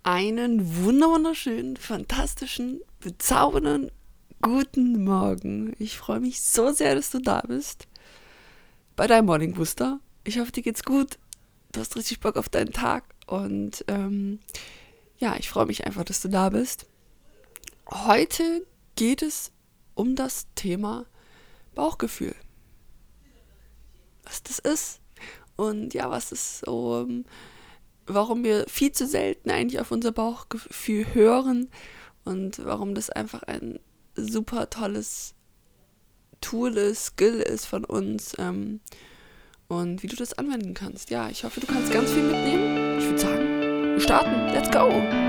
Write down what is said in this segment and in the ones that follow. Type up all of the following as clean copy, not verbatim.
Einen wunderschönen, fantastischen, bezaubernden guten Morgen. Ich freue mich so sehr, dass du da bist bei deinem Morning Booster. Ich hoffe, dir geht's gut. Du hast richtig Bock auf deinen Tag. Und ich freue mich einfach, dass du da bist. Heute geht es um das Thema Bauchgefühl. Was das ist und ja, was ist so, warum wir viel zu selten eigentlich auf unser Bauchgefühl hören und warum das einfach ein super tolles Tool ist, Skill ist von uns und wie du das anwenden kannst. Ja, ich hoffe, du kannst ganz viel mitnehmen. Ich würde sagen, wir starten. Let's go!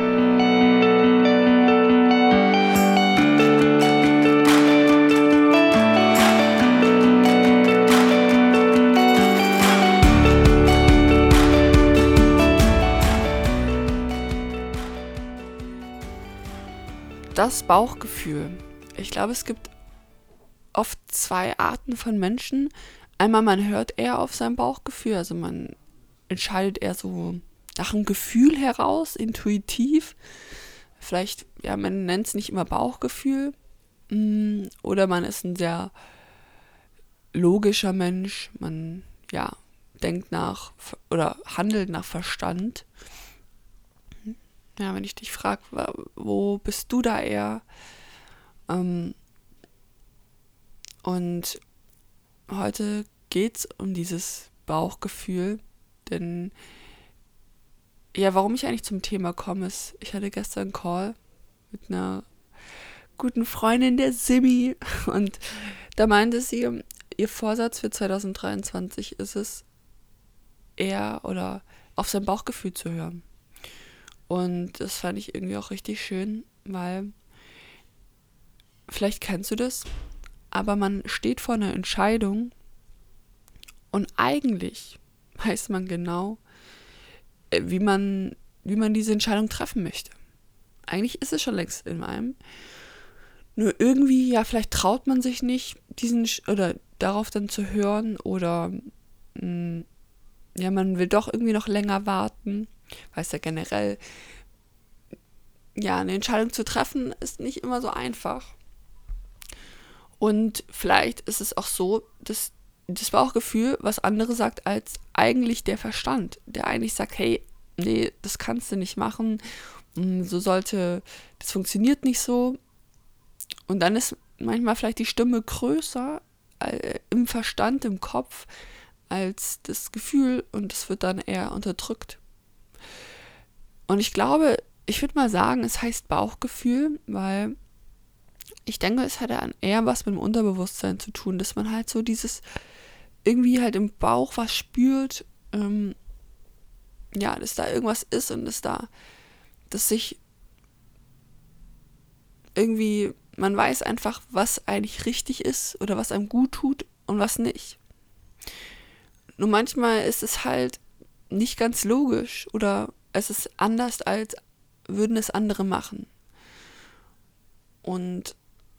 Das Bauchgefühl. Ich glaube, es gibt oft zwei Arten von Menschen. Einmal, man hört eher auf sein Bauchgefühl, also man entscheidet eher so nach dem Gefühl heraus, intuitiv. Vielleicht, ja, man nennt es nicht immer Bauchgefühl. Oder man ist ein sehr logischer Mensch. Man, ja, denkt nach oder handelt nach Verstand. Ja, wenn ich dich frage, wo bist du da eher? Und heute geht's um dieses Bauchgefühl, denn ja, warum ich eigentlich zum Thema komme, ist, ich hatte gestern einen Call mit einer guten Freundin, der Simi, und da meinte sie, ihr Vorsatz für 2023 ist es, eher oder auf sein Bauchgefühl zu hören. Und das fand ich irgendwie auch richtig schön, weil vielleicht kennst du das, aber man steht vor einer Entscheidung und eigentlich weiß man genau, wie man diese Entscheidung treffen möchte. Eigentlich ist es schon längst in einem. Nur irgendwie, ja, vielleicht traut man sich nicht, oder darauf dann zu hören oder ja, man will doch irgendwie noch länger warten. Weißt ja generell, ja, eine Entscheidung zu treffen ist nicht immer so einfach. Und vielleicht ist es auch so, dass das Bauchgefühl was anderes sagt als eigentlich der Verstand, der eigentlich sagt, hey, nee, das kannst du nicht machen, das funktioniert nicht so. Und dann ist manchmal vielleicht die Stimme größer im Verstand, im Kopf, als das Gefühl und es wird dann eher unterdrückt. Und ich glaube, ich würde mal sagen, es heißt Bauchgefühl, weil ich denke, es hat ja eher was mit dem Unterbewusstsein zu tun, dass man halt so dieses irgendwie halt im Bauch was spürt, dass da irgendwas ist und dass sich irgendwie, man weiß einfach, was eigentlich richtig ist oder was einem gut tut und was nicht. Nur manchmal ist es halt nicht ganz logisch oder es ist anders, als würden es andere machen. Und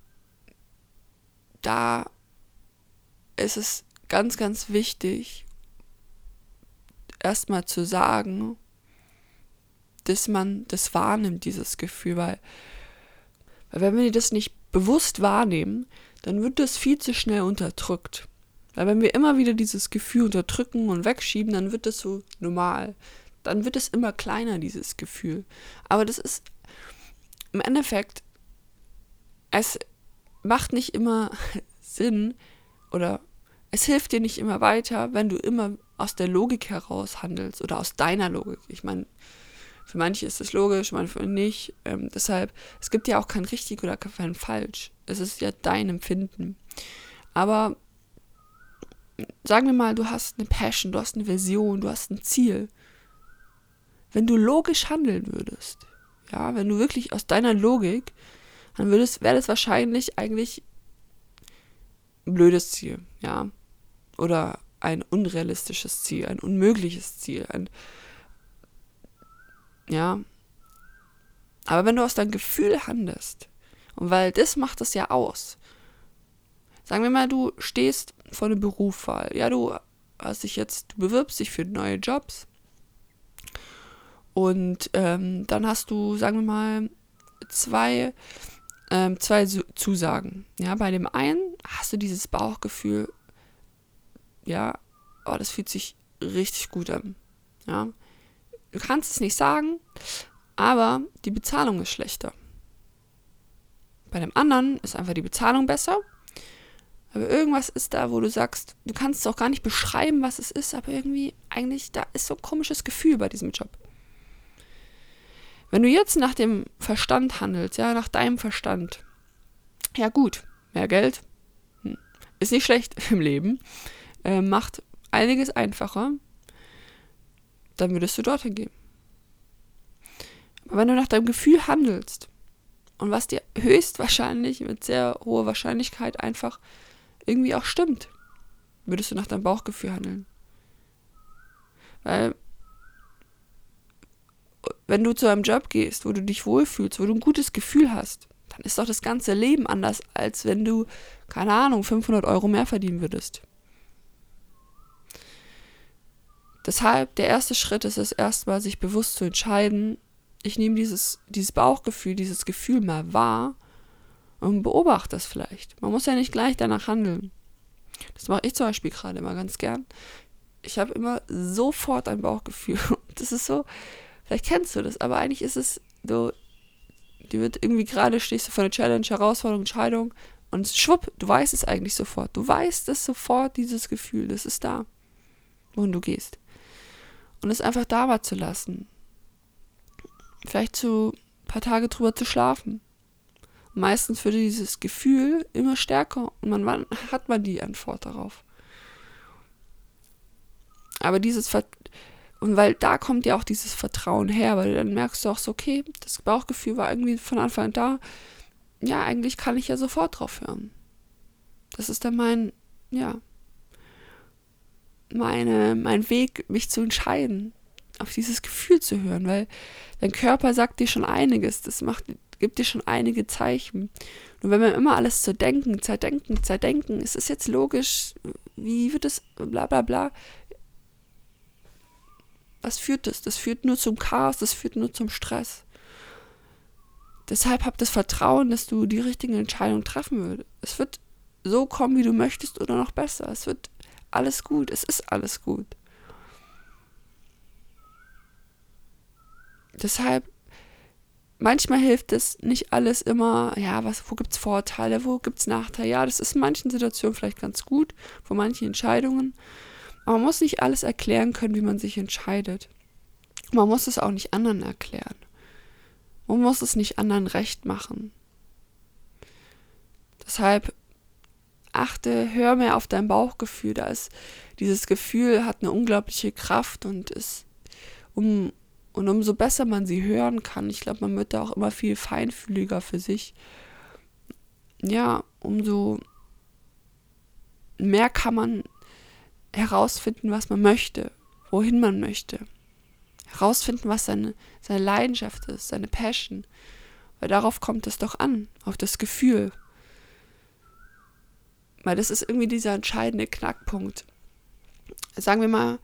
da ist es ganz, ganz wichtig, erstmal zu sagen, dass man das wahrnimmt, dieses Gefühl, weil wenn wir das nicht bewusst wahrnehmen, dann wird das viel zu schnell unterdrückt. Weil wenn wir immer wieder dieses Gefühl unterdrücken und wegschieben, dann wird das so normal. Dann wird es immer kleiner, dieses Gefühl. Aber das ist im Endeffekt, es macht nicht immer Sinn oder es hilft dir nicht immer weiter, wenn du immer aus der Logik heraus handelst oder aus deiner Logik. Ich meine, für manche ist es logisch, manche nicht. Deshalb, es gibt ja auch kein richtig oder kein falsch. Es ist ja dein Empfinden. Aber sagen wir mal, du hast eine Passion, du hast eine Vision, du hast ein Ziel. Wenn du logisch handeln würdest, ja, wenn du wirklich aus deiner Logik, dann wäre das wahrscheinlich eigentlich ein blödes Ziel, ja. Oder ein unrealistisches Ziel, ein unmögliches Ziel, ja. Aber wenn du aus deinem Gefühl handelst, und weil das macht es ja aus. Sagen wir mal, du stehst vor einem Berufswahl, ja, du bewirbst dich für neue Jobs Und dann hast du, sagen wir mal, zwei Zusagen. Ja, bei dem einen hast du dieses Bauchgefühl, ja, oh, das fühlt sich richtig gut an. Ja, du kannst es nicht sagen, aber die Bezahlung ist schlechter. Bei dem anderen ist einfach die Bezahlung besser, aber irgendwas ist da, wo du sagst, du kannst es auch gar nicht beschreiben, was es ist, aber irgendwie, eigentlich, da ist so ein komisches Gefühl bei diesem Job. Wenn du jetzt nach dem Verstand handelst, ja, nach deinem Verstand, ja gut, mehr Geld, ist nicht schlecht im Leben, macht einiges einfacher, dann würdest du dorthin gehen. Aber wenn du nach deinem Gefühl handelst und was dir höchstwahrscheinlich mit sehr hoher Wahrscheinlichkeit einfach irgendwie auch stimmt, würdest du nach deinem Bauchgefühl handeln. Weil wenn du zu einem Job gehst, wo du dich wohlfühlst, wo du ein gutes Gefühl hast, dann ist doch das ganze Leben anders, als wenn du, keine Ahnung, 500 € mehr verdienen würdest. Deshalb, der erste Schritt ist es erstmal, sich bewusst zu entscheiden, ich nehme dieses Bauchgefühl, dieses Gefühl mal wahr und beobachte das vielleicht. Man muss ja nicht gleich danach handeln. Das mache ich zum Beispiel gerade immer ganz gern. Ich habe immer sofort ein Bauchgefühl. Das ist so, vielleicht kennst du das, aber eigentlich ist es so, stehst du vor einer Challenge, Herausforderung, Entscheidung und schwupp, du weißt es eigentlich sofort. Du weißt es sofort, dieses Gefühl, das ist da, wohin du gehst. Und es einfach da mal zu lassen. Vielleicht so ein paar Tage drüber zu schlafen. Und meistens wird dieses Gefühl immer stärker und wann hat man die Antwort darauf. Aber und weil da kommt ja auch dieses Vertrauen her, weil dann merkst du auch so, okay, das Bauchgefühl war irgendwie von Anfang an da. Ja, eigentlich kann ich ja sofort drauf hören. Das ist dann mein Weg, mich zu entscheiden, auf dieses Gefühl zu hören, weil dein Körper sagt dir schon einiges, gibt dir schon einige Zeichen. Und wenn wir immer alles zerdenken, es ist jetzt logisch, wie wird es, bla bla bla, was führt das? Das führt nur zum Chaos, das führt nur zum Stress. Deshalb hab das Vertrauen, dass du die richtigen Entscheidungen treffen würdest. Es wird so kommen, wie du möchtest oder noch besser. Es wird alles gut, es ist alles gut. Deshalb, manchmal hilft es nicht alles immer, ja, wo gibt's Vorteile, wo gibt's Nachteile. Ja, das ist in manchen Situationen vielleicht ganz gut, vor manchen Entscheidungen. Aber man muss nicht alles erklären können, wie man sich entscheidet. Man muss es auch nicht anderen erklären. Man muss es nicht anderen recht machen. Deshalb hör mehr auf dein Bauchgefühl. Dieses Gefühl hat eine unglaubliche Kraft und umso besser man sie hören kann, ich glaube, man wird da auch immer viel feinfühliger für sich. Ja, umso mehr kann man herausfinden, was man möchte, wohin man möchte. Herausfinden, was seine Leidenschaft ist, seine Passion. Weil darauf kommt es doch an, auf das Gefühl. Weil das ist irgendwie dieser entscheidende Knackpunkt. Sagen wir mal,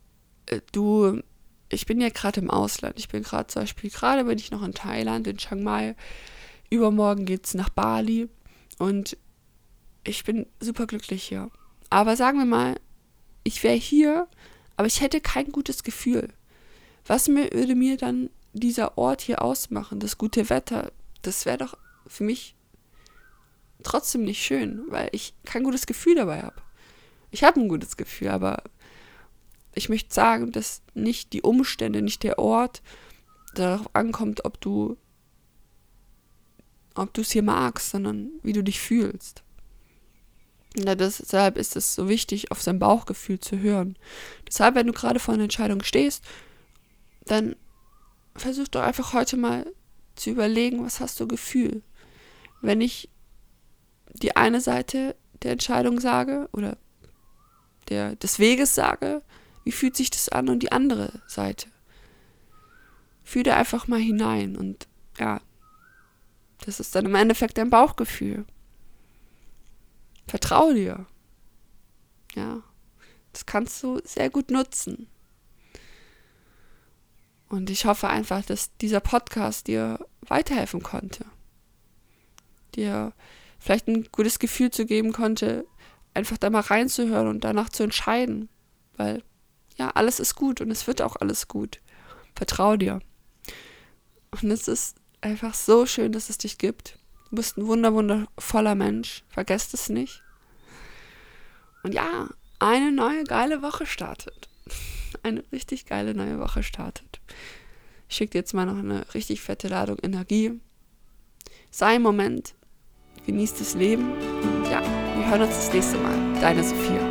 ich bin ja gerade im Ausland. Ich bin gerade bin ich noch in Thailand, in Chiang Mai. Übermorgen geht's nach Bali. Und ich bin super glücklich hier. Aber sagen wir mal, ich wäre hier, aber ich hätte kein gutes Gefühl. Was würde mir dann dieser Ort hier ausmachen? Das gute Wetter, das wäre doch für mich trotzdem nicht schön, weil ich kein gutes Gefühl dabei habe. Ich habe ein gutes Gefühl, aber ich möchte sagen, dass nicht die Umstände, nicht der Ort darauf ankommt, ob du es hier magst, sondern wie du dich fühlst. Ja, deshalb ist es so wichtig, auf sein Bauchgefühl zu hören. Deshalb, wenn du gerade vor einer Entscheidung stehst, dann versuch doch einfach heute mal zu überlegen, was hast du Gefühl? Wenn ich die eine Seite der Entscheidung sage oder des Weges sage, wie fühlt sich das an und die andere Seite? Fühl da einfach mal hinein und ja, das ist dann im Endeffekt dein Bauchgefühl. Vertrau dir. Ja, das kannst du sehr gut nutzen. Und ich hoffe einfach, dass dieser Podcast dir weiterhelfen konnte. Dir vielleicht ein gutes Gefühl zu geben konnte, einfach da mal reinzuhören und danach zu entscheiden. Weil, ja, alles ist gut und es wird auch alles gut. Vertrau dir. Und es ist einfach so schön, dass es dich gibt. Du bist ein wundervoller Mensch. Vergesst es nicht. Und ja, eine neue geile Woche startet. Eine richtig geile neue Woche startet. Ich schicke dir jetzt mal noch eine richtig fette Ladung Energie. Sei im Moment. Genieß das Leben. Und ja, wir hören uns das nächste Mal. Deine Sophia.